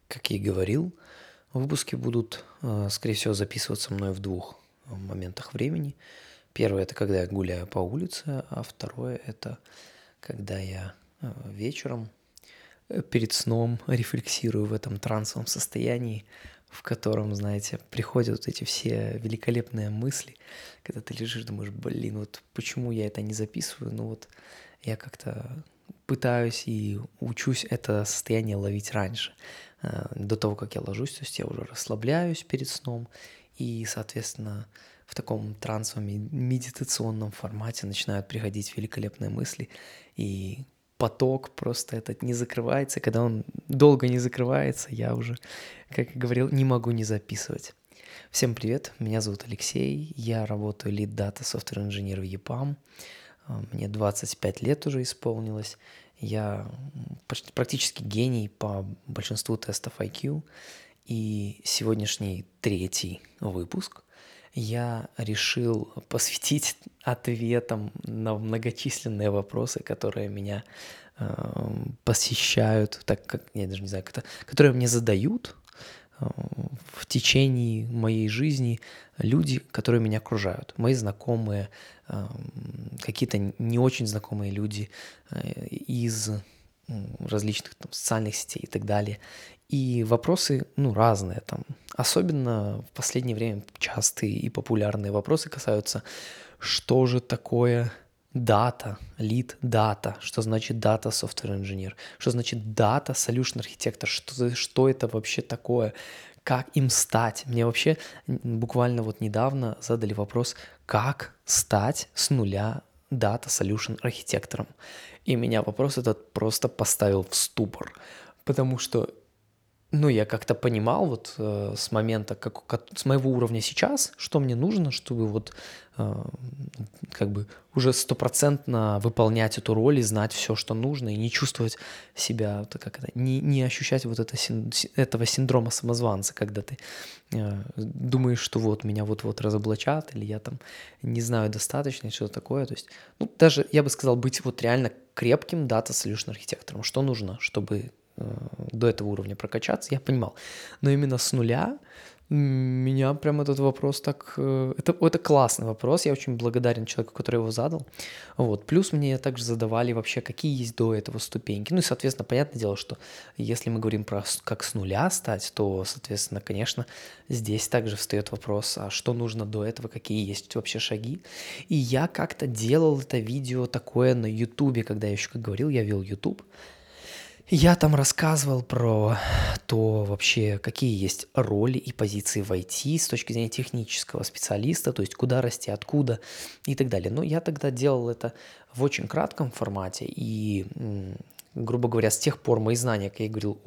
Как я и говорил, выпуски будут, скорее всего, записываться мной в двух моментах времени. Первое – это когда я гуляю по улице, а второе – это когда я вечером перед сном рефлексирую в этом трансовом состоянии, в котором, знаете, приходят вот эти все великолепные мысли, когда ты лежишь, думаешь, блин, вот почему я это не записываю, ну вот я как-то пытаюсь и учусь это состояние ловить раньше, до того, как я ложусь, то есть я уже расслабляюсь перед сном, и, соответственно, в таком трансовом медитационном формате начинают приходить великолепные мысли, и поток просто этот не закрывается. Когда он долго не закрывается, я уже, как и говорил, не могу не записывать. Всем привет, меня зовут Алексей, я работаю Lead Data Software Engineer в EPAM. Мне 25 лет уже исполнилось. Я практически гений по большинству тестов IQ. И сегодняшний третий выпуск я решил посвятить ответам на многочисленные вопросы, которые меня посещают, так как, я даже не знаю, как это, которые мне задают в течение моей жизни люди, которые меня окружают, мои знакомые, какие-то не очень знакомые люди из различных там, социальных сетей и так далее. И вопросы, разные там. Особенно в последнее время частые и популярные вопросы касаются, что же такое дата, lead data, что значит data software engineer, что значит data solution architector, что это вообще такое, как им стать. Мне вообще буквально вот недавно задали вопрос, как стать с нуля data solution архитектором. И меня вопрос этот просто поставил в ступор, потому что я как-то понимал вот с момента, с моего уровня сейчас, что мне нужно, чтобы вот как бы уже стопроцентно выполнять эту роль и знать все, что нужно, и не чувствовать себя, не ощущать вот этого синдрома самозванца, когда ты думаешь, что вот меня вот-вот разоблачат, или я там не знаю достаточно, и что-то такое. То есть, даже, я бы сказал, быть вот реально крепким дата-солюшн архитектором. Что нужно, чтобы до этого уровня прокачаться, я понимал. Но именно с нуля меня прям этот вопрос так... Это классный вопрос, я очень благодарен человеку, который его задал. Вот. Плюс мне также задавали вообще, какие есть до этого ступеньки. Ну и, соответственно, понятное дело, что если мы говорим про как с нуля стать, то, соответственно, конечно, здесь также встает вопрос, а что нужно до этого, какие есть вообще шаги. И я как-то делал это видео такое на Ютубе, когда я еще, как говорил, я вел Ютуб. Я там рассказывал про то вообще, какие есть роли и позиции в IT с точки зрения технического специалиста, то есть куда расти, откуда и так далее. Но я тогда делал это в очень кратком формате, и, грубо говоря, с тех пор мои знания, как я говорил,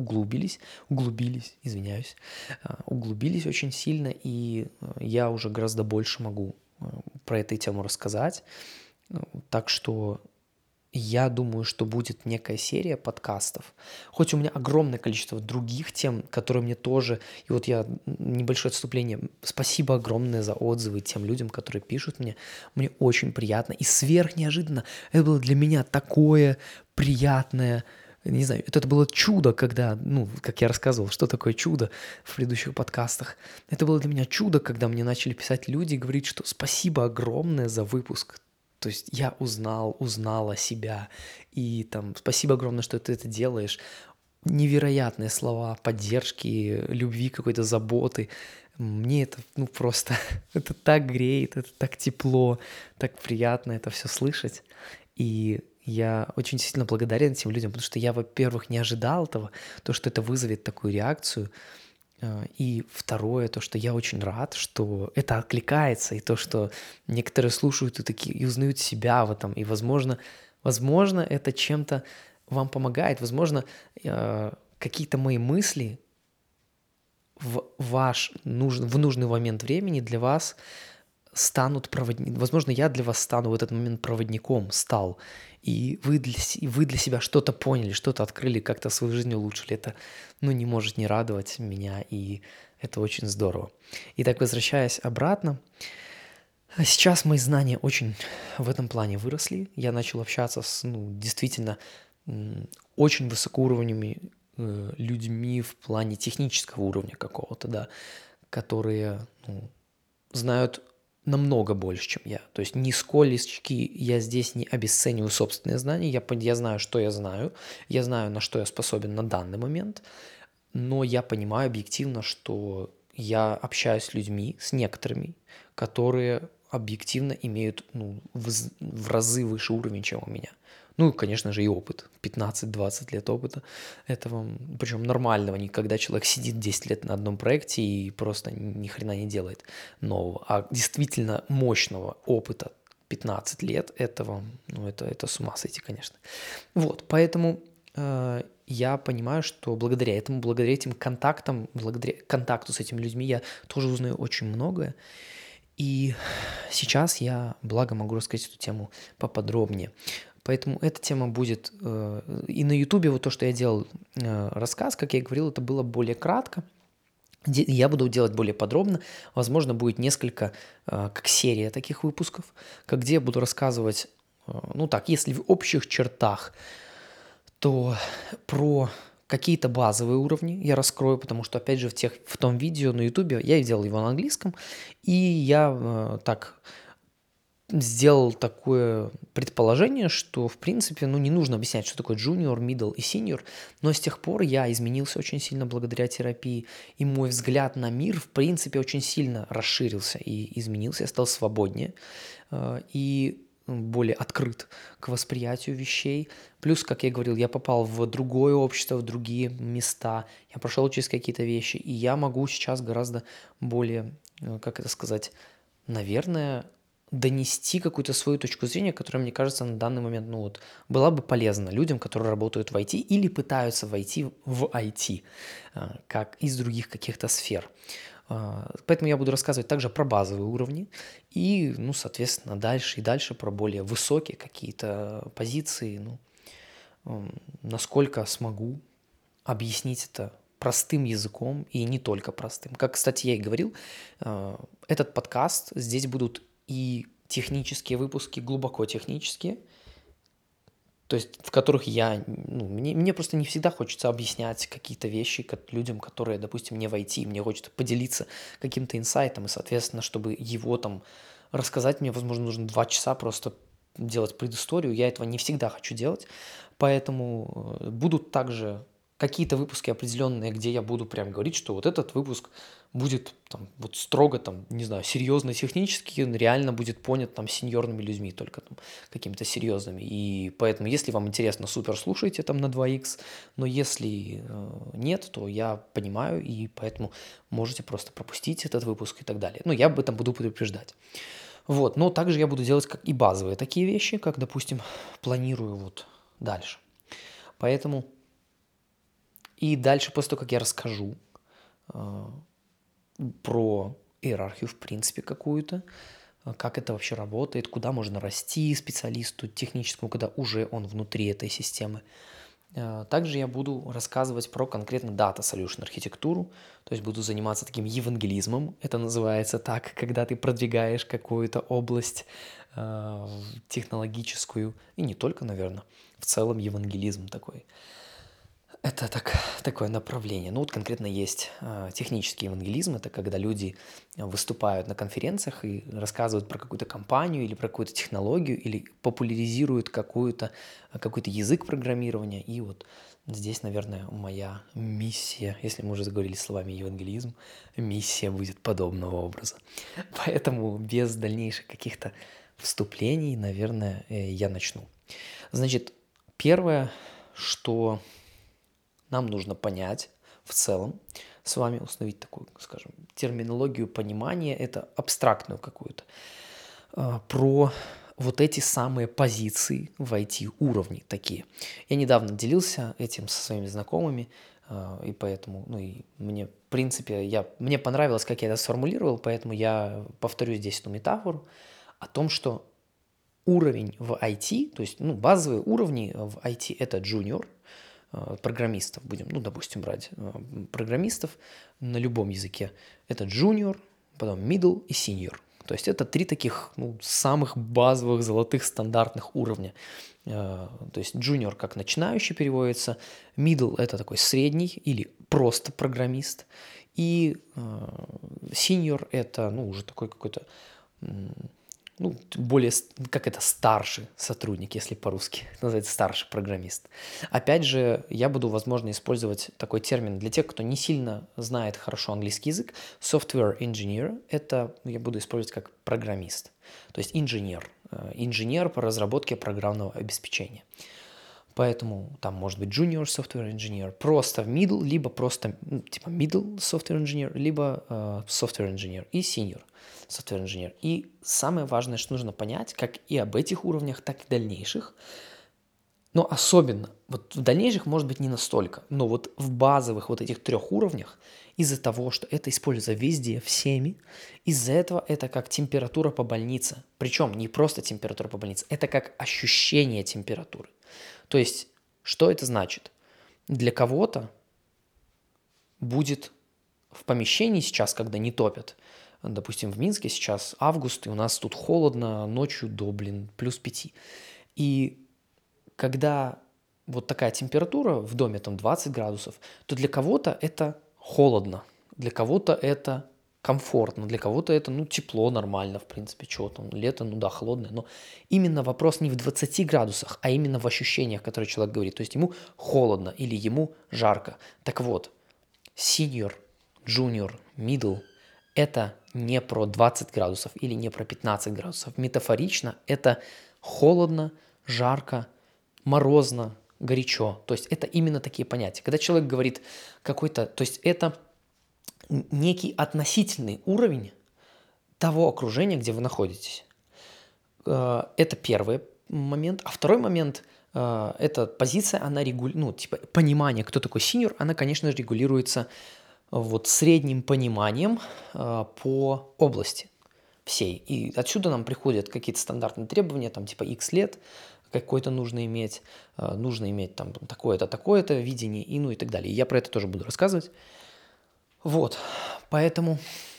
углубились очень сильно, и я уже гораздо больше могу про эту тему рассказать. Так что я думаю, что будет некая серия подкастов. Хоть у меня огромное количество других тем, которые мне тоже... И вот я... Небольшое отступление. Спасибо огромное за отзывы тем людям, которые пишут мне. Мне очень приятно. И сверх неожиданно это было для меня такое приятное... Не знаю, это было чудо, когда, как я рассказывал, что такое чудо в предыдущих подкастах. Это было для меня чудо, когда мне начали писать люди и говорить, что спасибо огромное за выпуск. То есть я узнала себя, и там спасибо огромное, что ты это делаешь. Невероятные слова поддержки, любви, какой-то заботы. Мне это, просто, это так греет, это так тепло, так приятно это все слышать. И я очень сильно благодарен этим людям, потому что я, во-первых, не ожидал этого, то, что это вызовет такую реакцию. И второе, то, что я очень рад, что это откликается, и то, что некоторые слушают и такие, и узнают себя в этом, и, возможно, это чем-то вам помогает, возможно, какие-то мои мысли в нужный момент времени для вас станут проводником. Возможно, я для вас стану в этот момент проводником, стал. И вы для себя что-то поняли, что-то открыли, как-то свою жизнь улучшили. Это, не может не радовать меня, и это очень здорово. Итак, возвращаясь обратно, сейчас мои знания очень в этом плане выросли. Я начал общаться с, действительно, очень людьми в плане технического уровня какого-то, да, которые знают намного больше, чем я. То есть нисколечки я здесь не обесцениваю собственные знания, я знаю, что я знаю, на что я способен на данный момент, но я понимаю объективно, что я общаюсь с людьми, с некоторыми, которые объективно имеют в разы выше уровень, чем у меня. Ну, конечно же, и опыт. 15-20 лет опыта этого, причем нормального, не когда человек сидит 10 лет на одном проекте и просто ни хрена не делает нового, а действительно мощного опыта 15 лет этого, это с ума сойти, конечно. Вот, поэтому я понимаю, что благодаря этим контактам, благодаря контакту с этими людьми я тоже узнаю очень многое. И сейчас я, благо, могу рассказать эту тему поподробнее. Поэтому эта тема будет и на Ютубе, вот то, что я делал рассказ, как я и говорил, это было более кратко. Я буду делать более подробно. Возможно, будет несколько, как серия таких выпусков, где я буду рассказывать, если в общих чертах, то про какие-то базовые уровни я раскрою, потому что, опять же, в том видео на Ютубе я делал его на английском, и я сделал такое предположение, что, в принципе, не нужно объяснять, что такое junior, middle и senior, но с тех пор я изменился очень сильно благодаря терапии, и мой взгляд на мир, в принципе, очень сильно расширился и изменился, я стал свободнее и более открыт к восприятию вещей. Плюс, как я говорил, я попал в другое общество, в другие места, я прошел через какие-то вещи, и я могу сейчас гораздо более, наверное, донести какую-то свою точку зрения, которая, мне кажется, на данный момент, была бы полезна людям, которые работают в IT или пытаются войти в IT, как из других каких-то сфер. Поэтому я буду рассказывать также про базовые уровни и, соответственно, дальше и дальше про более высокие какие-то позиции, насколько смогу объяснить это простым языком и не только простым. Как, кстати, я и говорил, этот подкаст, здесь будут и технические выпуски, глубоко технические, то есть в которых мне просто не всегда хочется объяснять какие-то вещи людям, которые, допустим, не в IT, мне хочется поделиться каким-то инсайтом, и, соответственно, чтобы его там рассказать, мне, возможно, нужно 2 часа просто делать предысторию, я этого не всегда хочу делать, поэтому будут также какие-то выпуски определенные, где я буду прям говорить, что вот этот выпуск будет строго серьезно технически, он реально будет понят сеньорными людьми, только какими-то серьезными. И поэтому, если вам интересно, супер, слушайте на 2х, но если нет, то я понимаю, и поэтому можете просто пропустить этот выпуск и так далее. Я об этом буду предупреждать. Вот, но также я буду делать и базовые такие вещи, как, допустим, планирую дальше. Поэтому и дальше, после того, как я расскажу про иерархию, в принципе, какую-то, как это вообще работает, куда можно расти специалисту техническому, когда уже он внутри этой системы. Также я буду рассказывать про конкретно Data Solution архитектуру, то есть буду заниматься таким евангелизмом, это называется так, когда ты продвигаешь какую-то область технологическую, и не только, наверное, в целом евангелизм такой. Это такое направление. Конкретно есть технический евангелизм. Это когда люди выступают на конференциях и рассказывают про какую-то компанию или про какую-то технологию, или популяризируют какой-то язык программирования. И здесь, наверное, моя миссия, если мы уже заговорили словами евангелизм, миссия будет подобного образа. Поэтому без дальнейших каких-то вступлений, наверное, я начну. Значит, первое, что нам нужно понять в целом, с вами установить такую, скажем, терминологию понимания, это абстрактную какую-то, про эти самые позиции в IT-уровне такие. Я недавно делился этим со своими знакомыми, и поэтому, и мне, в принципе, мне понравилось, как я это сформулировал, поэтому я повторю здесь эту метафору о том, что уровень в IT, то есть базовые уровни в IT – это junior, программистов будем, допустим, брать программистов на любом языке. Это junior, потом middle и senior. То есть это 3 таких, самых базовых золотых стандартных уровня. То есть junior как начинающий переводится, middle – это такой средний или просто программист, и senior – это, уже такой какой-то, более, как это, старший сотрудник, если по-русски, называется старший программист. Опять же, я буду, возможно, использовать такой термин для тех, кто не сильно знает хорошо английский язык. Software engineer – это я буду использовать как программист, то есть инженер по разработке программного обеспечения. Поэтому там может быть junior software engineer, просто middle, либо просто типа middle software engineer, либо software engineer и senior software engineer. И самое важное, что нужно понять, как и об этих уровнях, так и дальнейших, но особенно, вот в дальнейших может быть не настолько, но вот в базовых вот этих 3 уровнях, из-за того, что это используется везде, всеми, из-за этого это как температура по больнице. Причем не просто температура по больнице, это как ощущение температуры. То есть, что это значит? Для кого-то будет в помещении сейчас, когда не топят, допустим, в Минске сейчас август, и у нас тут холодно, ночью до, плюс 5. И когда вот такая температура в доме, там 20 градусов, то для кого-то это холодно, для кого-то это комфортно, для кого-то это, тепло нормально, в принципе, чего там, лето, холодное, но именно вопрос не в 20 градусах, а именно в ощущениях, которые человек говорит, то есть ему холодно или ему жарко. Так вот, senior, junior, middle – это не про 20 градусов или не про 15 градусов. Метафорично это холодно, жарко, морозно, горячо. То есть это именно такие понятия. Когда человек говорит какой-то, то есть это некий относительный уровень того окружения, где вы находитесь. Это первый момент. А второй момент – эта позиция, она понимание, кто такой senior, она, конечно же, регулируется вот средним пониманием по области всей. И отсюда нам приходят какие-то стандартные требования, там типа X лет какой-то нужно иметь там такое-то видение и так далее. И я про это тоже буду рассказывать. Вот, поэтому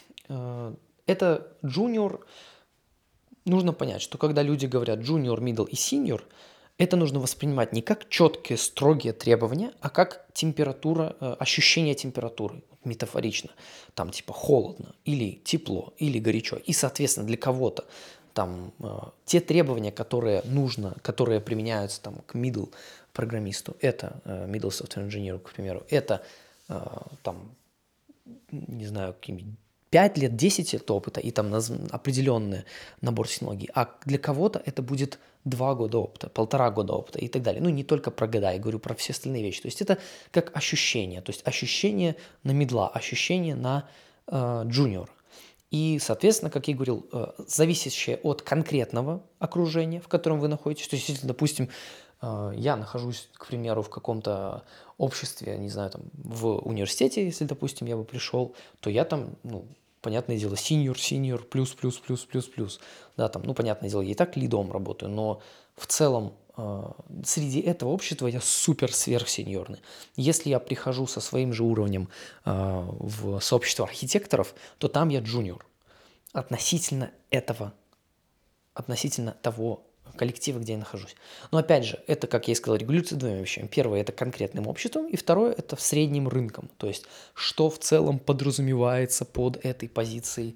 это junior. Нужно понять, что когда люди говорят junior, middle и senior, это нужно воспринимать не как четкие, строгие требования, а как температура, ощущение температуры, метафорично. Там типа холодно, или тепло, или горячо. И, соответственно, для кого-то там те требования, которые применяются там к middle программисту, это middle software engineer, к примеру, это там, не знаю, какими 5 лет, 10 лет опыта и там определенный набор технологий. А для кого-то это будет 2 года опыта, 1,5 года опыта и так далее. Не только про года, я говорю про все остальные вещи. То есть это как ощущение. То есть ощущение на мидла, ощущение на джуниора. И, соответственно, как я говорил, зависящее от конкретного окружения, в котором вы находитесь. То есть, если, допустим, я нахожусь, к примеру, в каком-то обществе, не знаю, там, в университете, если, допустим, я бы пришел, то я там, понятное дело, senior, плюс. Да, там, понятное дело, я и так лидом работаю, но в целом среди этого общества я супер сверхсеньорный. Если я прихожу со своим же уровнем в сообщество архитекторов, то там я джуниор. Относительно того коллектива, где я нахожусь. Но опять же, это, как я и сказал, регулируется 2 вещами. Первое – это конкретным обществом, и второе – это средним рынком. То есть, что в целом подразумевается под этой позицией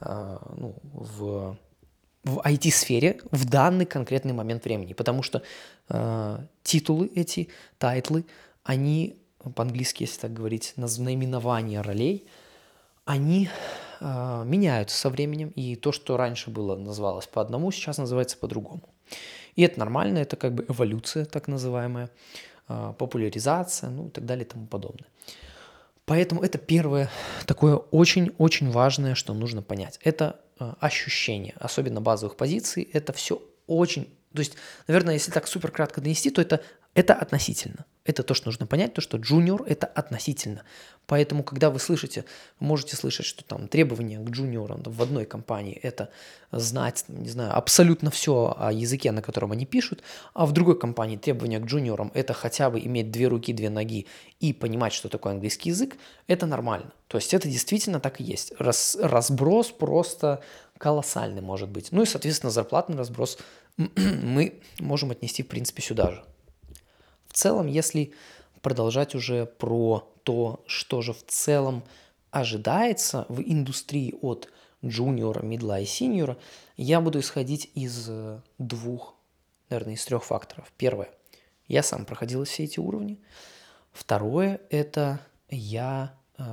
в IT-сфере в данный конкретный момент времени. Потому что титулы эти, тайтлы, они, по-английски, если так говорить, наименования ролей, они меняются со временем, и то, что раньше было называлось по одному, сейчас называется по-другому. И это нормально, это как бы эволюция так называемая, популяризация, и так далее и тому подобное. Поэтому это первое такое очень-очень важное, что нужно понять. Это ощущение, особенно базовых позиций, это все очень... То есть, наверное, если так супер кратко донести, то это относительно. Это то, что нужно понять, то, что junior – это относительно. Поэтому, когда вы можете слышать, что там требования к джуниорам в одной компании – это знать, не знаю, абсолютно все о языке, на котором они пишут, а в другой компании требования к джуниорам – это хотя бы иметь 2 руки, 2 ноги и понимать, что такое английский язык, это нормально. То есть это действительно так и есть. Разброс просто колоссальный может быть. Ну и, соответственно, зарплатный разброс мы можем отнести, в принципе, сюда же. В целом, если продолжать уже про то, что же в целом ожидается в индустрии от джуниора, мидла и синьора, я буду исходить из 2, наверное, из 3 факторов. Первое. Я сам проходил все эти уровни. Второе – это я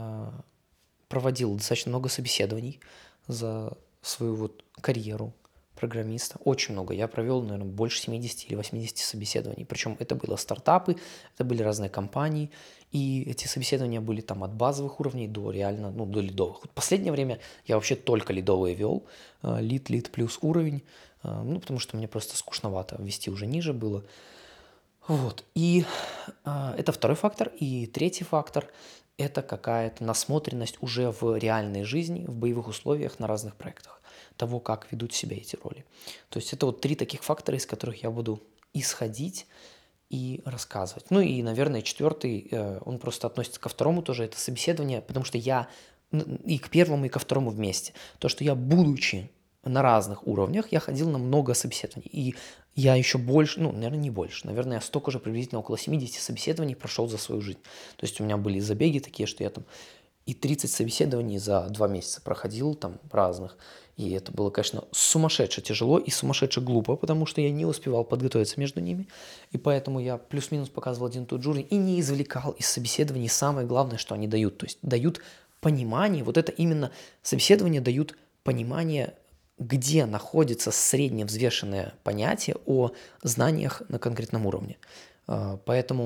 проводил достаточно много собеседований за свою вот карьеру программиста. Очень много. Я провел, наверное, больше 70 или 80 собеседований. Причем это были стартапы, это были разные компании. И эти собеседования были там от базовых уровней до реально, до лидовых. В последнее время я вообще только лидовые вел. Лид плюс уровень. Потому что мне просто скучновато вести уже ниже было. Вот. И это второй фактор. И третий фактор – это какая-то насмотренность уже в реальной жизни, в боевых условиях на разных проектах, того, как ведут себя эти роли. То есть это вот 3 таких фактора, из которых я буду исходить и рассказывать. Ну и, наверное, 4, он просто относится ко 2 тоже, это собеседование, потому что я и к 1, и ко 2 вместе. То, что я, будучи на разных уровнях, я ходил на много собеседований. И я еще больше, наверное, не больше, наверное, я столько же, приблизительно около 70 собеседований прошел за свою жизнь. То есть у меня были забеги такие, что я там и 30 собеседований за 2 месяца проходил там разных. И это было, конечно, сумасшедше тяжело и сумасшедше глупо, потому что я не успевал подготовиться между ними. И поэтому я плюс-минус показывал один и тот же уровень и не извлекал из собеседований самое главное, что они дают. То есть дают понимание, вот это именно собеседования дают понимание, где находится средневзвешенное понятие о знаниях на конкретном уровне. Поэтому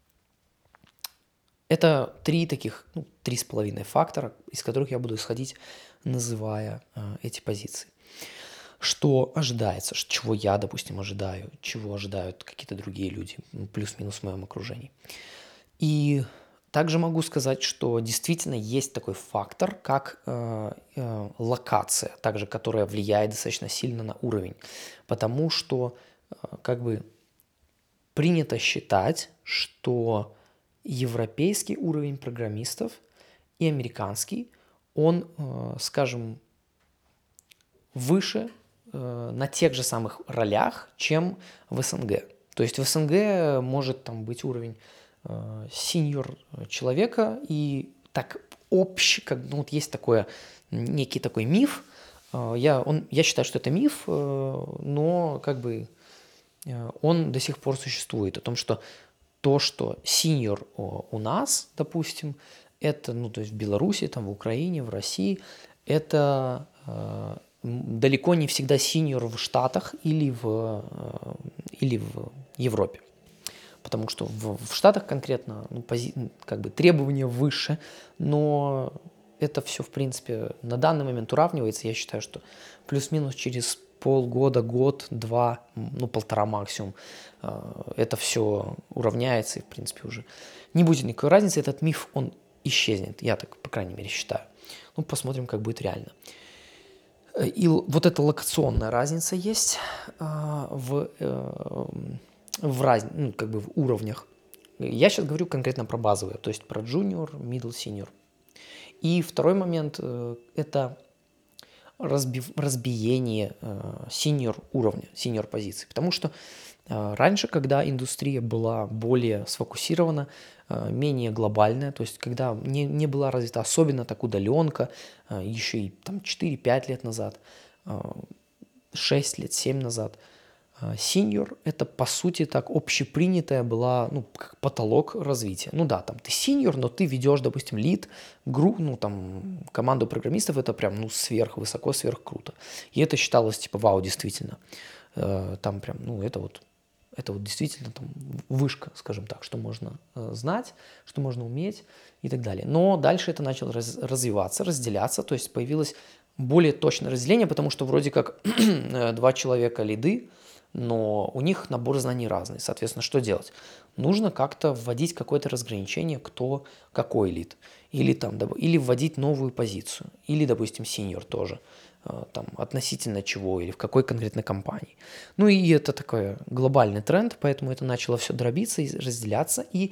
это 3 таких, 3,5 фактора, из которых я буду исходить, называя эти позиции. Что ожидается, чего я, допустим, ожидаю, чего ожидают какие-то другие люди, плюс-минус в моем окружении. И также могу сказать, что действительно есть такой фактор, как локация, также которая влияет достаточно сильно на уровень. Потому что принято считать, что европейский уровень программистов и американский, он, скажем, выше на тех же самых ролях, чем в СНГ. То есть в СНГ может там быть уровень синьор человека, и так общий, есть некий такой миф. Я считаю, что это миф, но он до сих пор существует. О том, что то, что синьор у нас, допустим, это, то есть в Беларуси, там, в Украине, в России, это далеко не всегда синьор в Штатах или в Европе. Потому что в Штатах конкретно требования выше, но это все, в принципе, на данный момент уравнивается. Я считаю, что плюс-минус через полгода, год, 2, 1,5 максимум, это все уравняется, и, в принципе, уже не будет никакой разницы. Этот миф, он исчезнет. Я так, по крайней мере, считаю. Посмотрим, как будет реально. И вот эта локационная разница есть в уровнях. Я сейчас говорю конкретно про базовые, то есть про junior, middle, senior. И второй момент – это разбиение senior уровня, senior позиции. Потому что раньше, когда индустрия была более сфокусирована, менее глобальная, то есть когда не была развита особенно так удаленка, еще и там 4-5 лет назад, 6 лет, 7 назад, синьор – это, по сути, так общепринятая была, как потолок развития. Там ты синьор, но ты ведешь, допустим, лид, команду программистов, это прям, сверхвысоко, сверхкруто. И это считалось, типа, вау, действительно. Там прям, это вот действительно там вышка, скажем так, что можно знать, что можно уметь и так далее. Но дальше это начало развиваться, разделяться, то есть появилось более точное разделение, потому что вроде как 2 человека лиды, но у них набор знаний разный. Соответственно, что делать? нужно как-то вводить какое-то разграничение, кто какой лид. Или вводить новую позицию. Или, допустим, сеньор тоже. Там, относительно чего или в какой конкретной компании. Ну и это такой глобальный тренд, поэтому это начало все дробиться и разделяться. И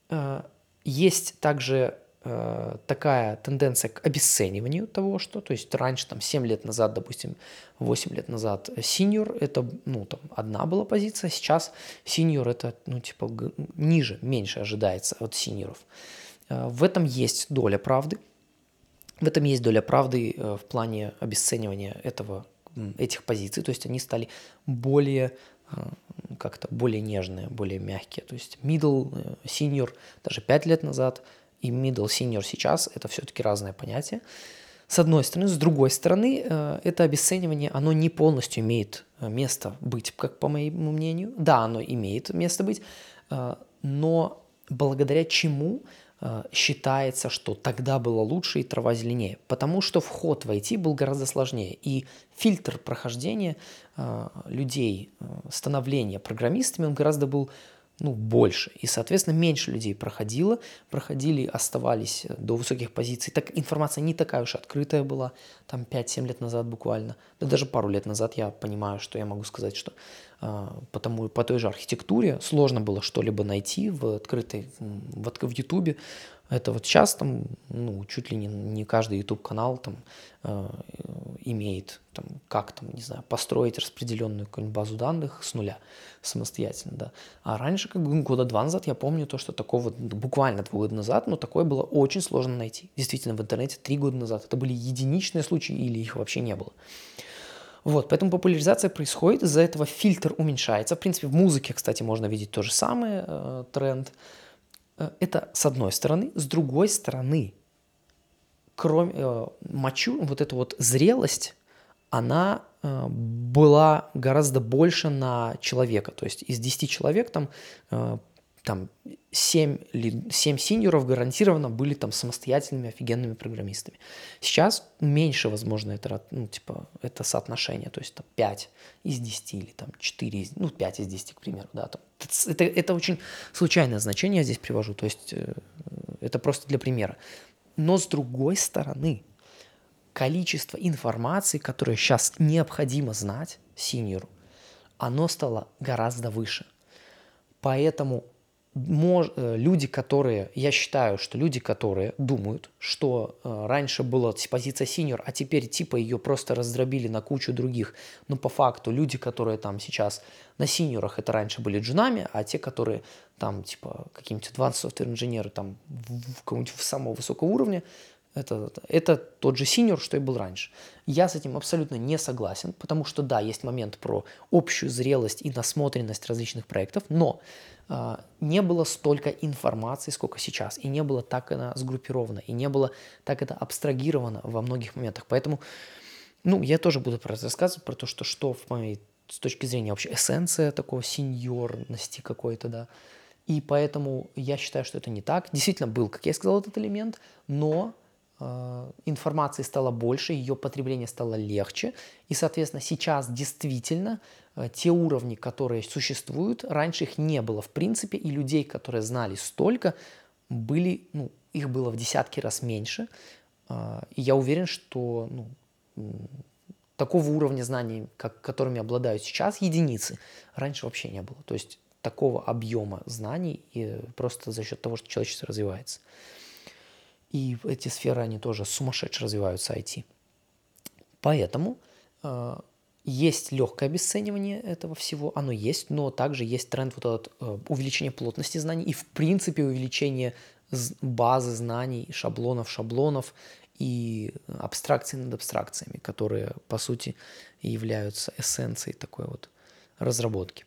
есть также такая тенденция к обесцениванию того, что, то есть раньше, там, 7 лет назад, допустим, 8 лет назад синьор это, там, одна была позиция, сейчас синьор это, ниже, меньше ожидается от синьоров. В этом есть доля правды. В этом есть доля правды в плане обесценивания этих позиций, то есть они стали более как-то более нежные, более мягкие. То есть middle, senior даже 5 лет назад и middle senior сейчас – это все-таки разные понятия. С одной стороны. С другой стороны, это обесценивание, оно не полностью имеет место быть, как по моему мнению. Да, оно имеет место быть, но благодаря чему считается, что тогда было лучше и трава зеленее? Потому что вход в IT был гораздо сложнее, и фильтр прохождения людей, становления программистами, он гораздо был больше. И, соответственно, меньше людей проходили, оставались до высоких позиций. Так информация не такая уж открытая была, там 5-7 лет назад буквально. Да даже пару лет назад я понимаю, что я могу сказать, что по той же архитектуре сложно было что-либо найти в Ютубе. Это вот сейчас там, чуть ли не каждый YouTube-канал там имеет, там, как там, не знаю, построить распределенную какую-нибудь базу данных с нуля самостоятельно, да. А раньше, года 2 назад, я помню то, что такого, буквально 2 года назад, такое было очень сложно найти. Действительно, в интернете 3 года назад это были единичные случаи или их вообще не было. Вот, поэтому популяризация происходит, из-за этого фильтр уменьшается. В принципе, в музыке, кстати, можно видеть то же самое, тренд. Это с одной стороны. С другой стороны, кроме вот эта вот зрелость, она была гораздо больше на человека. То есть из 10 человек там 7 синьоров гарантированно были там самостоятельными офигенными программистами. Сейчас меньше, возможно, это соотношение, то есть там 5 из 10 или там 4, 5 из 10, к примеру. Да, там. Это очень случайное значение я здесь привожу, то есть это просто для примера. Но с другой стороны, количество информации, которое сейчас необходимо знать синьору, оно стало гораздо выше. Поэтому я считаю, что люди, которые думают, что раньше была позиция синьор, а теперь ее просто раздробили на кучу других, но по факту люди, которые там сейчас на синьорах, это раньше были джунами, а те, которые там какие-нибудь advanced software инженеры там какого-нибудь самого высокого уровня, это тот же синьор, что и был раньше. Я с этим абсолютно не согласен, потому что да, есть момент про общую зрелость и насмотренность различных проектов, но не было столько информации, сколько сейчас, и не было так она сгруппирована, и не было так это абстрагировано во многих моментах. Поэтому, я тоже буду про это рассказывать, про то, что в моей, с точки зрения вообще эссенция такого сеньорности какой-то, да. И поэтому я считаю, что это не так. Действительно был, как я сказал, этот элемент, но информации стало больше, ее потребление стало легче, и, соответственно, сейчас действительно те уровни, которые существуют, раньше их не было в принципе, и людей, которые знали столько, их было в десятки раз меньше, и я уверен, что такого уровня знаний, которыми обладают сейчас, единицы, раньше вообще не было. То есть такого объема знаний и просто за счет того, что человечество развивается. И эти сферы, они тоже сумасшедше развиваются, IT. Поэтому есть легкое обесценивание этого всего, оно есть, но также есть тренд увеличения плотности знаний и, в принципе, увеличение базы знаний, шаблонов и абстракций над абстракциями, которые, по сути, являются эссенцией такой вот разработки.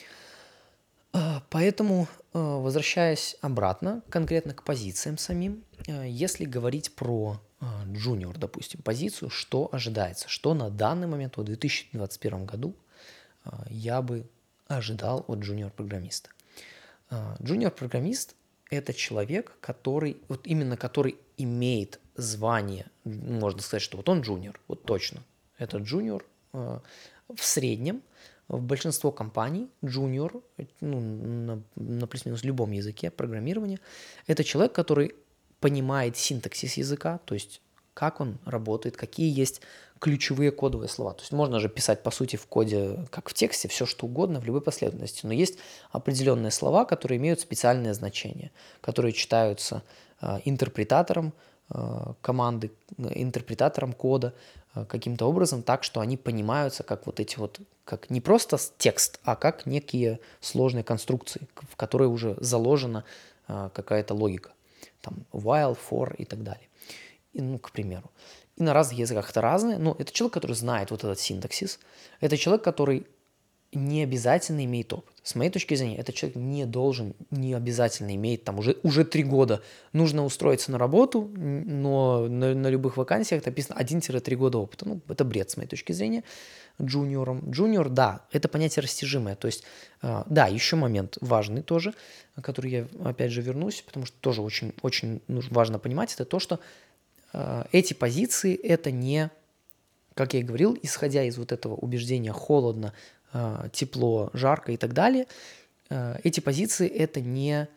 Поэтому, возвращаясь обратно, конкретно к позициям самим, если говорить про джуниор, допустим, позицию, что ожидается, что на данный момент в 2021 году я бы ожидал от джуниор-программиста. Джуниор-программист – это человек, который имеет звание, можно сказать, что вот он джуниор, вот точно, это джуниор в среднем, в большинство компаний junior, ну, на плюс-минус любом языке программирования, это человек, который понимает синтаксис языка, то есть как он работает, какие есть ключевые кодовые слова. То есть можно же писать, по сути, в коде, как в тексте, все что угодно в любой последовательности, но есть определенные слова, которые имеют специальное значение, которые читаются интерпретатором команды, интерпретатором кода каким-то образом так, что они понимаются как вот эти вот, как не просто текст, а как некие сложные конструкции, в которые уже заложена какая-то логика. Там while, for и так далее. И, ну, к примеру. И на разных языках это разное, но это человек, который знает вот этот синтаксис. Это человек, который не обязательно имеет опыт. С моей точки зрения, этот человек не должен, не обязательно иметь там уже 3 года. Нужно устроиться на работу, но на любых вакансиях написано 1-3 года опыта. Ну, это бред с моей точки зрения. Джуниором. Джуниор, да, это понятие растяжимое. То есть, да, еще момент важный тоже, который я опять же вернусь, потому что тоже очень, очень важно понимать, это то, что эти позиции это не, как я и говорил, исходя из вот этого убеждения холодно, тепло, жарко и так далее, эти позиции это не,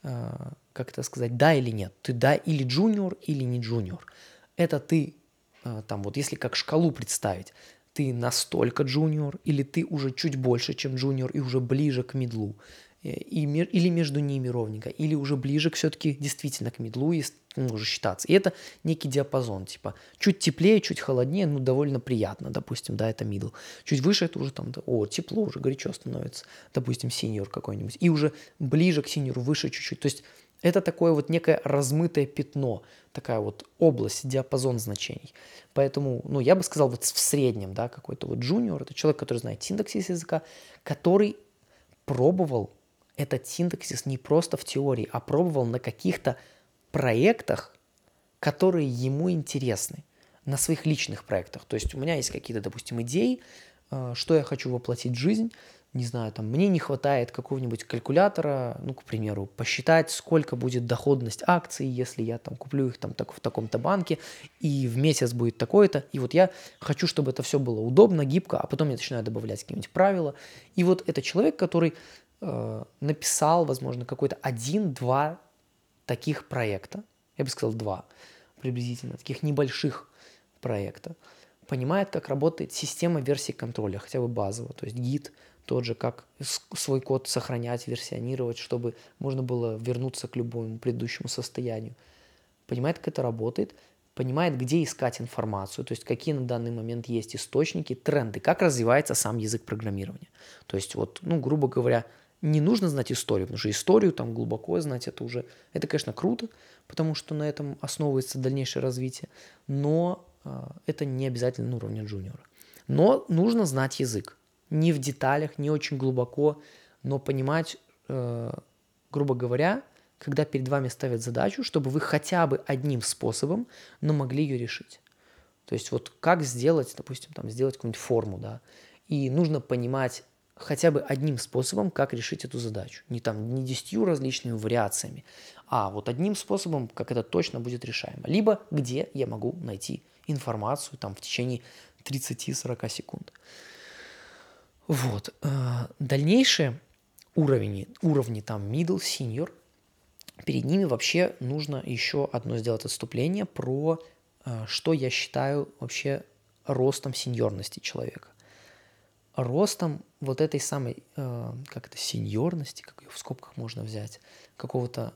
как это сказать, да или нет. Ты да или джуниор, или не джуниор. Это ты, там вот если как шкалу представить, ты настолько джуниор, или ты уже чуть больше, чем джуниор, и уже ближе к мидлу, или между ними ровненько, или уже ближе все-таки действительно к мидлу и уже считаться. И это некий диапазон, типа чуть теплее, чуть холоднее, ну довольно приятно, допустим, да, это мидл. Чуть выше это уже там, тепло, уже горячо становится, допустим, синьор какой-нибудь. И уже ближе к синьору, выше чуть-чуть. То есть это такое вот некое размытое пятно, такая вот область, диапазон значений. Поэтому, ну, я бы сказал, вот в среднем, да, какой-то вот джуниор, это человек, который знает синтаксис языка, который пробовал этот синтаксис не просто в теории, а пробовал на каких-то проектах, которые ему интересны, на своих личных проектах. То есть у меня есть какие-то, допустим, идеи, что я хочу воплотить в жизнь, не знаю, там, мне не хватает какого-нибудь калькулятора, ну, к примеру, посчитать, сколько будет доходность акций, если я там куплю их там в таком-то банке, и в месяц будет такое-то, и вот я хочу, чтобы это все было удобно, гибко, а потом я начинаю добавлять какие-нибудь правила. И вот это человек, который написал, возможно, какой-то 1-2 таких проекта, я бы сказал 2 приблизительно, таких небольших проекта, понимает, как работает система версий контроля, хотя бы базово, то есть гид тот же, как свой код сохранять, версионировать, чтобы можно было вернуться к любому предыдущему состоянию. Понимает, как это работает, понимает, где искать информацию, то есть какие на данный момент есть источники, тренды, как развивается сам язык программирования. То есть вот, ну, грубо говоря, не нужно знать историю, потому что историю там глубоко знать, это, конечно, круто, потому что на этом основывается дальнейшее развитие, но это не обязательно на уровне джуниора. Но нужно знать язык. Не в деталях, не очень глубоко, но понимать, грубо говоря, когда перед вами ставят задачу, чтобы вы хотя бы одним способом, но могли ее решить. То есть вот как сделать, допустим, там, сделать какую-нибудь форму, да, и нужно понимать хотя бы одним способом, как решить эту задачу. Не 10 различными вариациями, а вот одним способом, как это точно будет решаемо. Либо где я могу найти информацию там в течение 30-40 секунд. Вот. Дальнейшие уровни там middle, senior, перед ними вообще нужно еще одно сделать отступление про что я считаю вообще ростом сеньорности человека. Ростом вот этой самой, как это, сеньорности, как ее в скобках можно взять, какого-то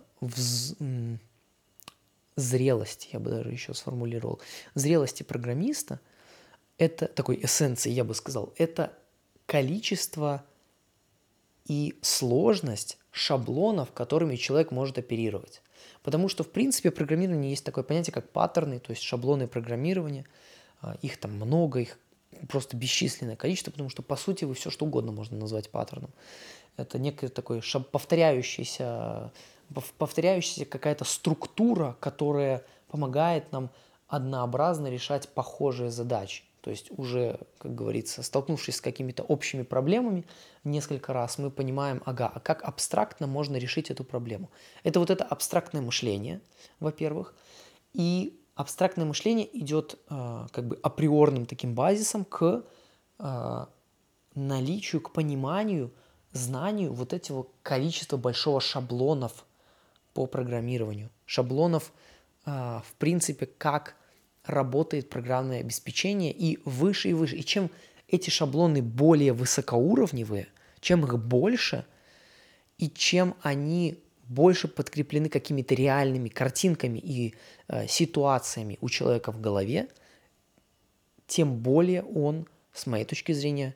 зрелости, я бы даже еще сформулировал, зрелости программиста, это такой эссенции, я бы сказал, это количество и сложность шаблонов, которыми человек может оперировать. Потому что, в принципе, в программировании есть такое понятие, как паттерны, то есть шаблоны программирования. Их там много, их просто бесчисленное количество, потому что, по сути, вы все что угодно можно назвать паттерном. Это некая такой повторяющаяся какая-то структура, которая помогает нам однообразно решать похожие задачи. То есть уже, как говорится, столкнувшись с какими-то общими проблемами несколько раз, мы понимаем, а как абстрактно можно решить эту проблему. Это вот это абстрактное мышление, во-первых, и абстрактное мышление идет как бы априорным таким базисом к наличию, к пониманию, знанию вот этого количества большого шаблонов по программированию. Шаблонов, в принципе, как работает программное обеспечение и выше и выше. И чем эти шаблоны более высокоуровневые, чем их больше, и чем они больше подкреплены какими-то реальными картинками и ситуациями у человека в голове, тем более он, с моей точки зрения,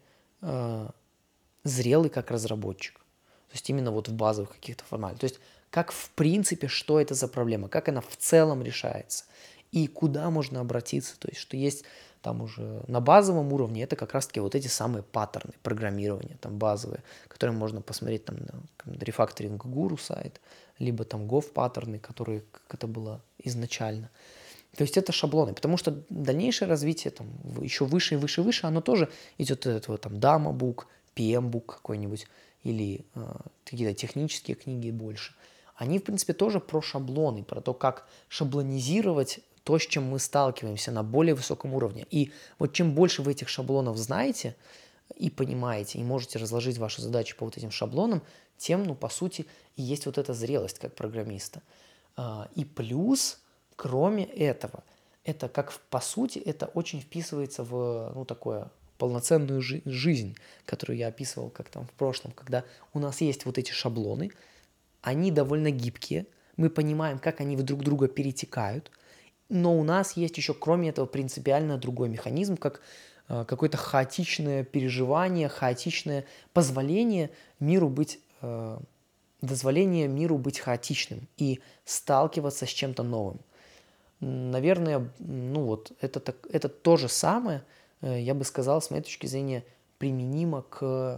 зрелый как разработчик. То есть именно вот в базовых каких-то формальных. То есть как в принципе, что это за проблема, как она в целом решается и куда можно обратиться. То есть что есть там уже на базовом уровне, это как раз-таки вот эти самые паттерны программирования, там базовые, которые можно посмотреть там на Refactoring Guru сайт, либо там Gov паттерны, которые, как это было изначально. То есть это шаблоны, потому что дальнейшее развитие там еще выше и выше и выше, оно тоже идет от этого там Dama-бук, PM-бук какой-нибудь или какие-то технические книги больше. Они, в принципе, тоже про шаблоны, про то, как шаблонизировать то, с чем мы сталкиваемся на более высоком уровне. И вот чем больше вы этих шаблонов знаете и понимаете, и можете разложить ваши задачи по вот этим шаблонам, тем, ну, по сути, и есть вот эта зрелость как программиста. И плюс, кроме этого, это как, по сути, это очень вписывается в, ну, такое полноценную жизнь, которую я описывал как там в прошлом, когда у нас есть вот эти шаблоны, они довольно гибкие, мы понимаем, как они в друг друга перетекают, но у нас есть еще, кроме этого, принципиально другой механизм, как какое-то хаотичное переживание, хаотичное позволение миру быть, дозволение миру быть хаотичным и сталкиваться с чем-то новым. Наверное, ну вот это то же самое, я бы сказал, с моей точки зрения, применимо к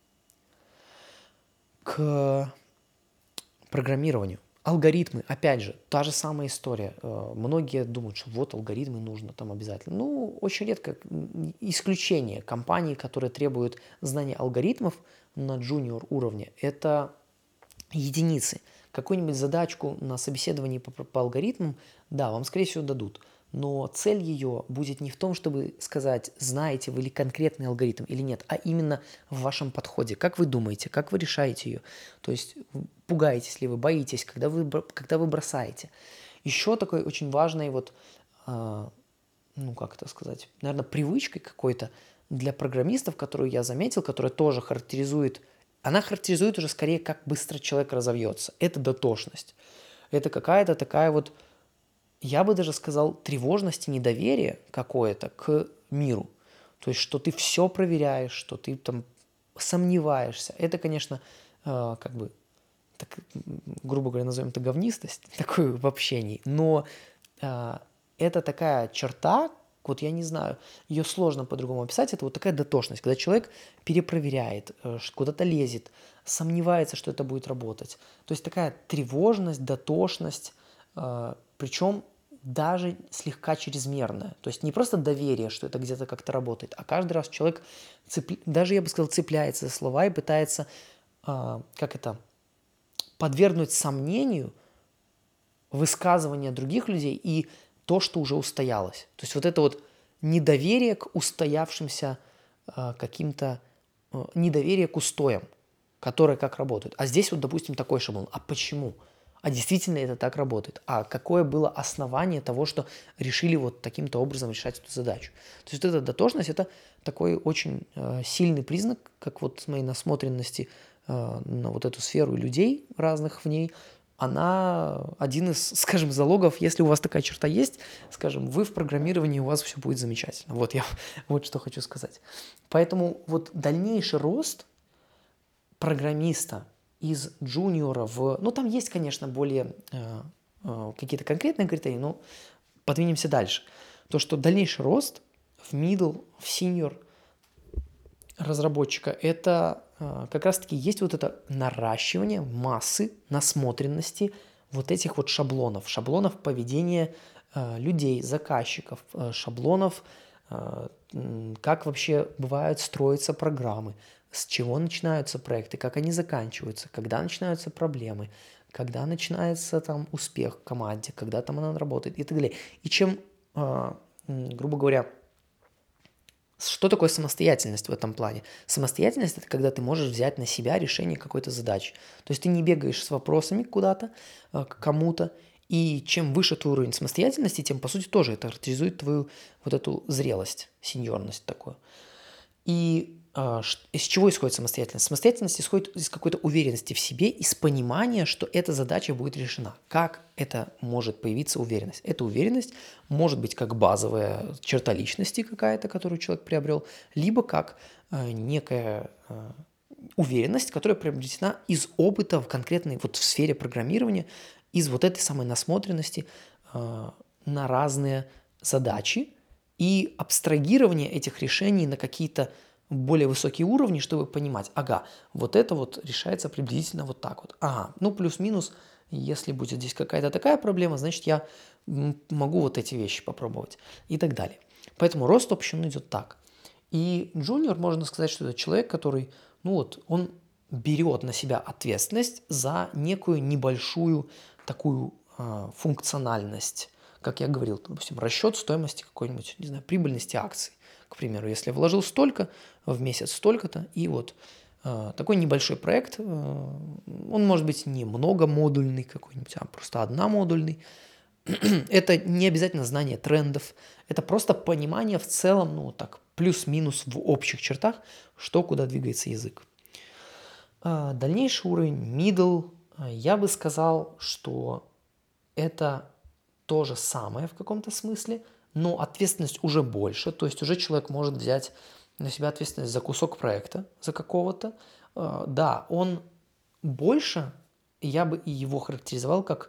программированию. Алгоритмы, опять же, та же самая история. Многие думают, что вот алгоритмы нужно там обязательно. Ну, очень редко исключение компаний, которые требуют знания алгоритмов на джуниор уровне, это единицы. Какую-нибудь задачку на собеседовании по алгоритмам, да, вам, скорее всего, дадут. Но цель ее будет не в том, чтобы сказать, знаете вы ли конкретный алгоритм или нет, а именно в вашем подходе. Как вы думаете, как вы решаете ее? То есть пугаетесь ли вы, боитесь, когда вы бросаете. Еще такой очень важной вот, ну как это сказать, наверное, привычкой какой-то для программистов, которую я заметил, которая тоже характеризует, она характеризует уже скорее, как быстро человек разовьется. Это дотошность. Это какая-то такая вот, я бы даже сказал, тревожность и недоверие какое-то к миру. То есть, что ты все проверяешь, что ты там сомневаешься. Это, конечно, как бы, так, грубо говоря, назовем это говнистость, такую в общении. Но это такая черта, вот я не знаю, ее сложно по-другому описать, это вот такая дотошность, когда человек перепроверяет, куда-то лезет, сомневается, что это будет работать. То есть такая тревожность, дотошность, причем даже слегка чрезмерная. То есть не просто доверие, что это где-то как-то работает, а каждый раз человек, даже я бы сказал, цепляется за слова и пытается, подвергнуть сомнению высказывания других людей и то, что уже устоялось. То есть вот это вот недоверие к устоявшимся каким-то, недоверие к устоям, которые как работают. А здесь вот, допустим, такой шаблон. А почему? А действительно это так работает? А какое было основание того, что решили вот таким-то образом решать эту задачу? То есть вот эта дотошность – это такой очень сильный признак, как вот с моей насмотренности на вот эту сферу людей разных в ней, она один из, скажем, залогов, если у вас такая черта есть, скажем, вы в программировании, у вас все будет замечательно. Вот я вот что хочу сказать. Поэтому вот дальнейший рост программиста из джуниора в... Ну, там есть, конечно, более какие-то конкретные критерии, но подвинемся дальше. То, что дальнейший рост в middle, в senior разработчика, это как раз-таки есть вот это наращивание массы, насмотренности вот этих вот шаблонов поведения людей, заказчиков, шаблонов, как вообще бывают строятся программы, с чего начинаются проекты, как они заканчиваются, когда начинаются проблемы, когда начинается там успех в команде, когда там она работает и так далее. И чем, грубо говоря, Что такое самостоятельность в этом плане? Самостоятельность – это когда ты можешь взять на себя решение какой-то задачи. То есть ты не бегаешь с вопросами куда-то, к кому-то, и чем выше твой уровень самостоятельности, тем, по сути, тоже это характеризует твою вот эту зрелость, сеньорность такую. И из чего исходит самостоятельность? Самостоятельность исходит из какой-то уверенности в себе, из понимания, что эта задача будет решена. Как это может появиться уверенность? Эта уверенность может быть как базовая черта личности какая-то, которую человек приобрел, либо как некая уверенность, которая приобретена из опыта в конкретной вот в сфере программирования, из вот этой самой насмотренности на разные задачи и абстрагирование этих решений на какие-то более высокие уровни, чтобы понимать, ага, вот это вот решается приблизительно вот так вот. Ага, ну плюс-минус, если будет здесь какая-то такая проблема, значит я могу вот эти вещи попробовать и так далее. Поэтому рост общий он идет так. И джуниор, можно сказать, что это человек, который, ну вот, он берет на себя ответственность за некую небольшую такую функциональность. Как я говорил, допустим, расчет стоимости какой-нибудь, не знаю, прибыльности акций. К примеру, если я вложил столько в месяц, столько-то, и вот такой небольшой проект, он может быть не многомодульный какой-нибудь, а просто одномодульный. Это не обязательно знание трендов, это просто понимание в целом, ну так, плюс-минус в общих чертах, что куда двигается язык. Дальнейший уровень, middle, я бы сказал, что это то же самое в каком-то смысле, но ответственность уже больше, то есть уже человек может взять на себя ответственность за кусок проекта, за какого-то. Да, он больше, я бы и его характеризовал как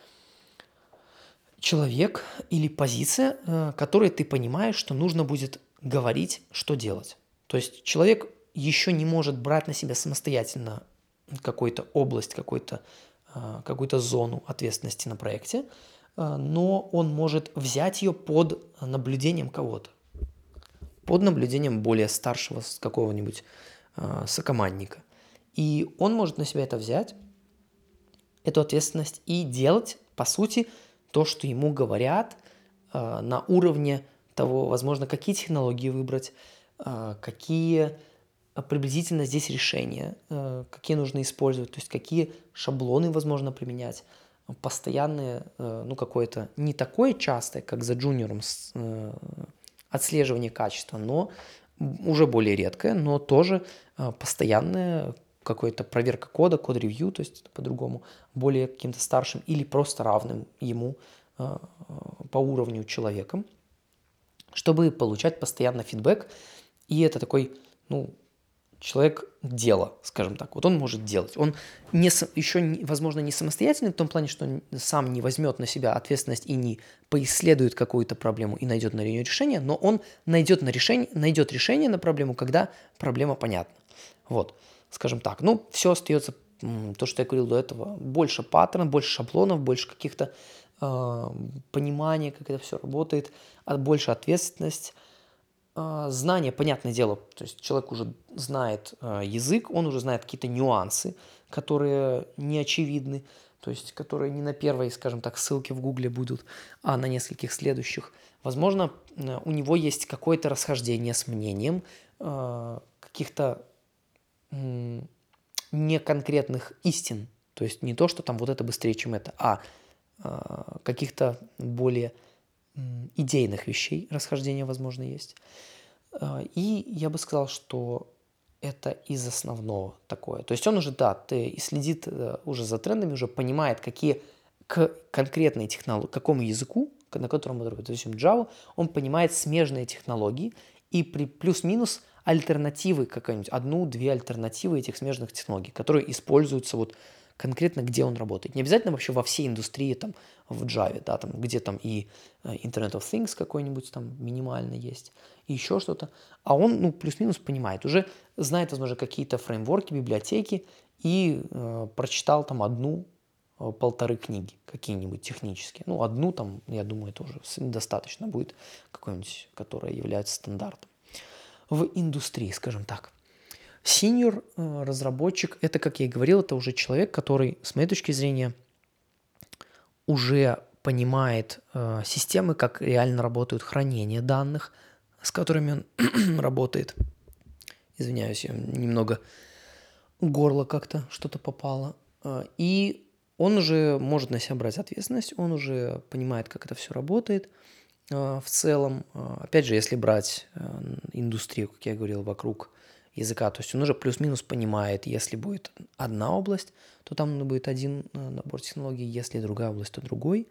человек или позиция, которой ты понимаешь, что нужно будет говорить, что делать. То есть человек еще не может брать на себя самостоятельно какую-то область, какую-то зону ответственности на проекте, но он может взять ее под наблюдением кого-то, под наблюдением более старшего какого-нибудь сокомандника. И он может на себя это взять, эту ответственность, и делать, по сути, то, что ему говорят на уровне того, возможно, какие технологии выбрать, какие приблизительно здесь решения, какие нужно использовать, то есть какие шаблоны возможно применять, постоянное, ну какое-то не такое частое, как за джуниором отслеживание качества, но уже более редкое, но тоже постоянное какая-то проверка кода, код-ревью, то есть по-другому, более каким-то старшим или просто равным ему по уровню человеком, чтобы получать постоянно фидбэк. И это такой, ну, человек дела, скажем так. Вот он может делать. Он еще, возможно, не самостоятельный в том плане, что он сам не возьмет на себя ответственность и не поисследует какую-то проблему и найдет на нее решение, но он найдет решение на проблему, когда проблема понятна. Вот, скажем так. Ну, все остается, то, что я говорил до этого, больше паттернов, больше шаблонов, больше каких-то понимания, как это все работает, больше ответственность. Знание, понятное дело, то есть человек уже знает язык, он уже знает какие-то нюансы, которые не очевидны, то есть которые не на первой, скажем так, ссылке в Гугле будут, а на нескольких следующих. Возможно, у него есть какое-то расхождение с мнением каких-то неконкретных истин, то есть не то, что там вот это быстрее, чем это, а каких-то более идейных вещей расхождения, возможно, есть. И я бы сказал, что это из основного такое. То есть он уже, да, следит уже за трендами, уже понимает, какие к конкретной технологии, к какому языку, на котором он работает, допустим, Java, он понимает смежные технологии и при плюс-минус альтернативы какая-нибудь, одну-две альтернативы этих смежных технологий, которые используются вот конкретно, где он работает. Не обязательно вообще во всей индустрии, там, в Java, да, там, где там и Internet of Things какой-нибудь там минимально есть, и еще что-то. А он, ну, плюс-минус понимает, уже знает, возможно, какие-то фреймворки, библиотеки, и прочитал там полторы книги какие-нибудь технические. Ну, одну там, я думаю, это уже достаточно будет, какой-нибудь, которая является стандартом в индустрии, скажем так. Senior разработчик, это, как я и говорил, это уже человек, который, с моей точки зрения, уже понимает системы, как реально работают хранение данных, с которыми он работает. Извиняюсь, я немного горло как-то что-то попало. И он уже может на себя брать ответственность, он уже понимает, как это все работает. В целом, опять же, если брать индустрию, как я говорил, вокруг языка, то есть он уже плюс-минус понимает, если будет одна область, то там будет один набор технологий, если другая область, то другой.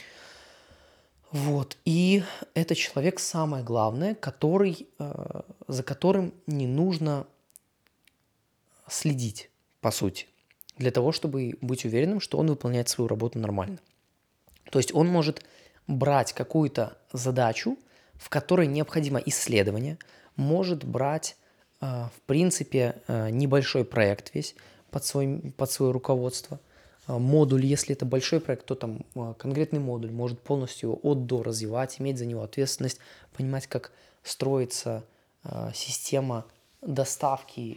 Вот. И это человек, самое главное, за которым не нужно следить, по сути, для того, чтобы быть уверенным, что он выполняет свою работу нормально. То есть он может брать какую-то задачу, в которой необходимо исследование, может брать, в принципе, небольшой проект весь под свое руководство, модуль, если это большой проект, то там конкретный модуль может полностью от до развивать, иметь за него ответственность, понимать, как строится система доставки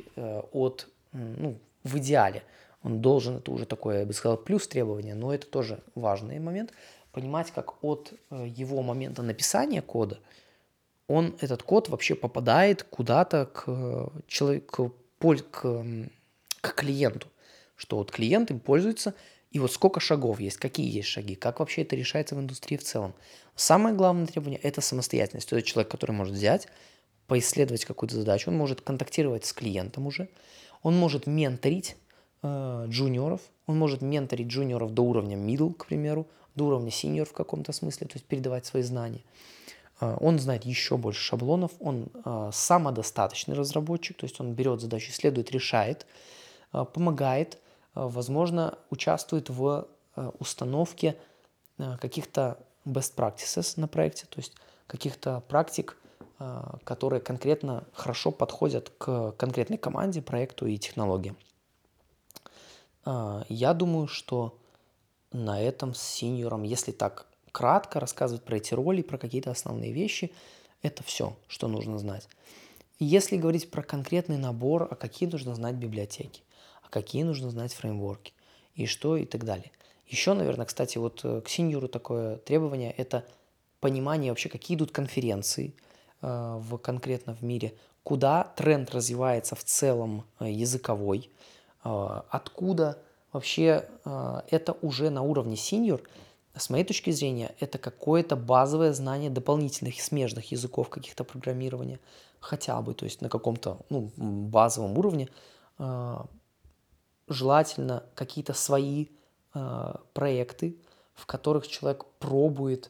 в идеале. Он должен, это уже такое, я бы сказал, плюс требования, но это тоже важный момент, понимать, как от его момента написания кода этот код вообще попадает куда-то к человеку, к клиенту, что вот клиент им пользуется, и вот сколько шагов есть, какие есть шаги, как вообще это решается в индустрии в целом. Самое главное требование – это самостоятельность. Это человек, который может взять, поисследовать какую-то задачу, он может контактировать с клиентом уже, он может менторить джуниоров, он может менторить джуниоров до уровня middle, к примеру, до уровня senior в каком-то смысле, то есть передавать свои знания. Он знает еще больше шаблонов, он самодостаточный разработчик, то есть он берет задачи, исследует, решает, помогает, возможно, участвует в установке каких-то best practices на проекте, то есть каких-то практик, которые конкретно хорошо подходят к конкретной команде, проекту и технологиям. Я думаю, что на этом с синьором, если так кратко рассказывать про эти роли, про какие-то основные вещи, это все, что нужно знать. Если говорить про конкретный набор, а какие нужно знать библиотеки, а какие нужно знать фреймворки, и что, и так далее. Еще, наверное, кстати, вот к синьору такое требование – это понимание вообще, какие идут конференции конкретно в мире, куда тренд развивается в целом языковой, откуда вообще это уже на уровне синьор. С моей точки зрения, это какое-то базовое знание дополнительных смежных языков каких-то программирования, хотя бы, то есть на каком-то базовом уровне, желательно какие-то свои проекты, в которых человек пробует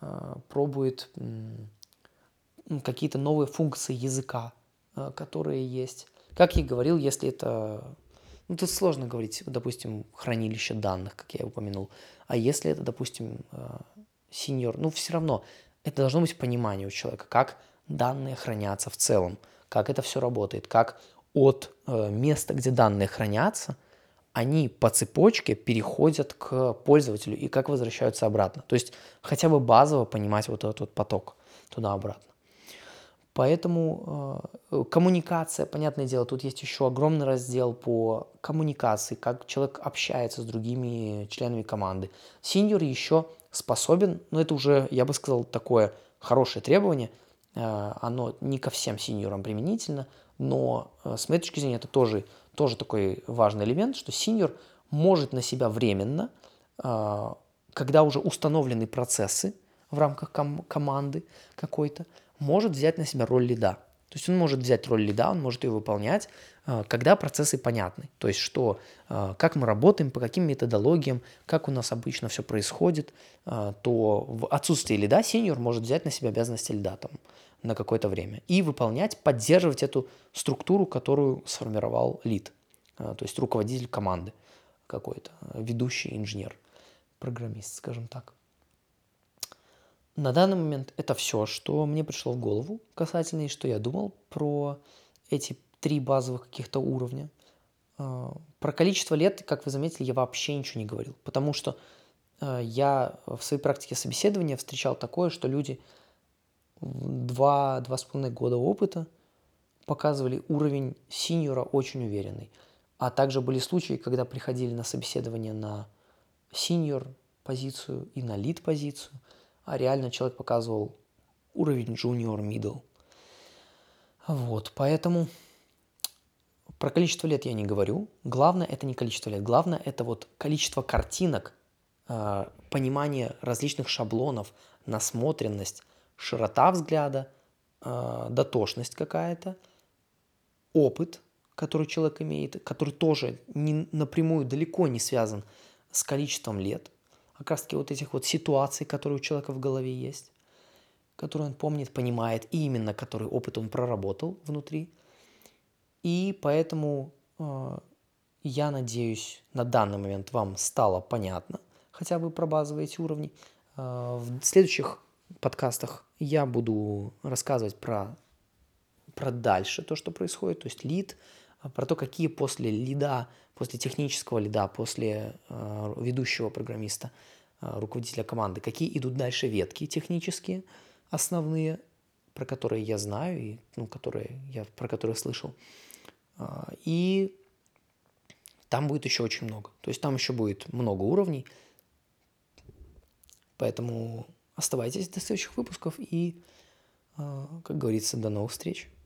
какие-то новые функции языка, которые есть. Как я говорил, если это... тут сложно говорить, допустим, хранилище данных, как я упомянул. А если это, допустим, сеньор, все равно это должно быть понимание у человека, как данные хранятся в целом, как это все работает, как от места, где данные хранятся, они по цепочке переходят к пользователю и как возвращаются обратно. То есть хотя бы базово понимать вот этот вот поток туда-обратно. Поэтому коммуникация, понятное дело, тут есть еще огромный раздел по коммуникации, как человек общается с другими членами команды. Синьор еще способен, но это уже, я бы сказал, такое хорошее требование, оно не ко всем синьорам применительно, но с моей точки зрения это тоже такой важный элемент, что синьор может на себя временно, когда уже установлены процессы в рамках команды какой-то, может взять на себя роль лида. То есть он может взять роль лида, он может ее выполнять, когда процессы понятны. То есть как мы работаем, по каким методологиям, как у нас обычно все происходит, то в отсутствии лида сеньор может взять на себя обязанности лида там, на какое-то время и выполнять, поддерживать эту структуру, которую сформировал лид, то есть руководитель команды какой-то, ведущий инженер, программист, скажем так. На данный момент это все, что мне пришло в голову касательно и что я думал про эти 3 базовых каких-то уровня. Про количество лет, как вы заметили, я вообще ничего не говорил, потому что я в своей практике собеседования встречал такое, что люди 2-2,5 года опыта показывали уровень синьора очень уверенный. А также были случаи, когда приходили на собеседование на синьор позицию и на лид позицию, а реально человек показывал уровень junior middle. Вот, поэтому про количество лет я не говорю. Главное это не количество лет, главное это вот количество картинок, понимание различных шаблонов, насмотренность, широта взгляда, дотошность какая-то, опыт, который человек имеет, который тоже напрямую далеко не связан с количеством лет, а как раз таки вот этих вот ситуаций, которые у человека в голове есть, которые он помнит, понимает, и именно который опыт он проработал внутри. И поэтому я надеюсь, на данный момент вам стало понятно хотя бы про базовые эти уровни. В следующих подкастах я буду рассказывать про дальше то, что происходит, то есть лид, про то, какие после лида, после технического лида, после ведущего программиста, руководителя команды, какие идут дальше ветки технические, основные, про которые я знаю и про которые слышал. И там будет еще очень много. То есть там еще будет много уровней. Поэтому оставайтесь до следующих выпусков и, как говорится, до новых встреч.